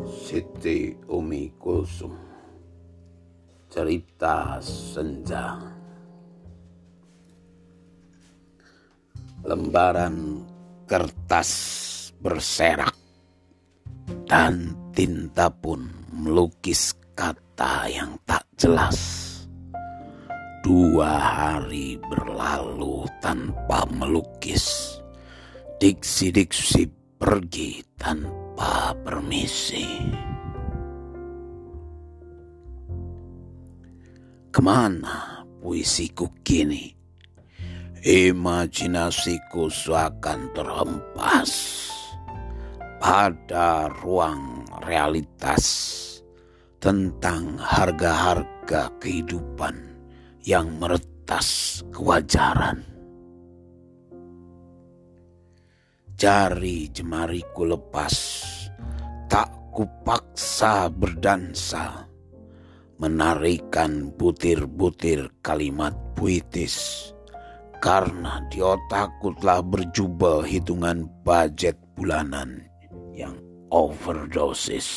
Siti Umi Kulsum, cerita senja. Lembaran kertas berserak dan tinta pun melukis kata yang tak jelas. 2 hari berlalu tanpa melukis. Diksi-diksi pergi tanpa permisi. Kemana puisiku kini? Imajinasiku seakan terhempas pada ruang realitas tentang harga-harga kehidupan yang meretas kewajaran. Jari jemariku lepas, tak kupaksa berdansa, menarikan butir-butir kalimat puitis, karena di otakku telah berjubel hitungan budget bulanan yang overdosis.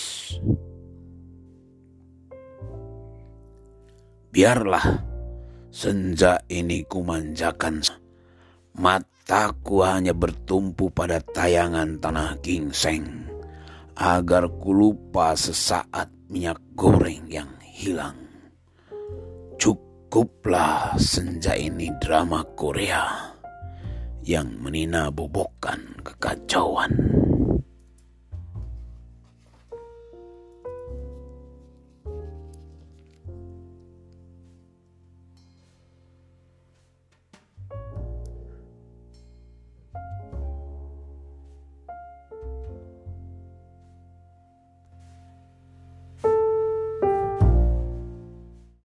Biarlah senja ini kumanjakan, mataku hanya bertumpu pada tayangan tanah gingseng, agar ku lupa sesaat minyak goreng yang hilang. Cukuplah senja ini drama Korea yang meninabobokan kekacauan.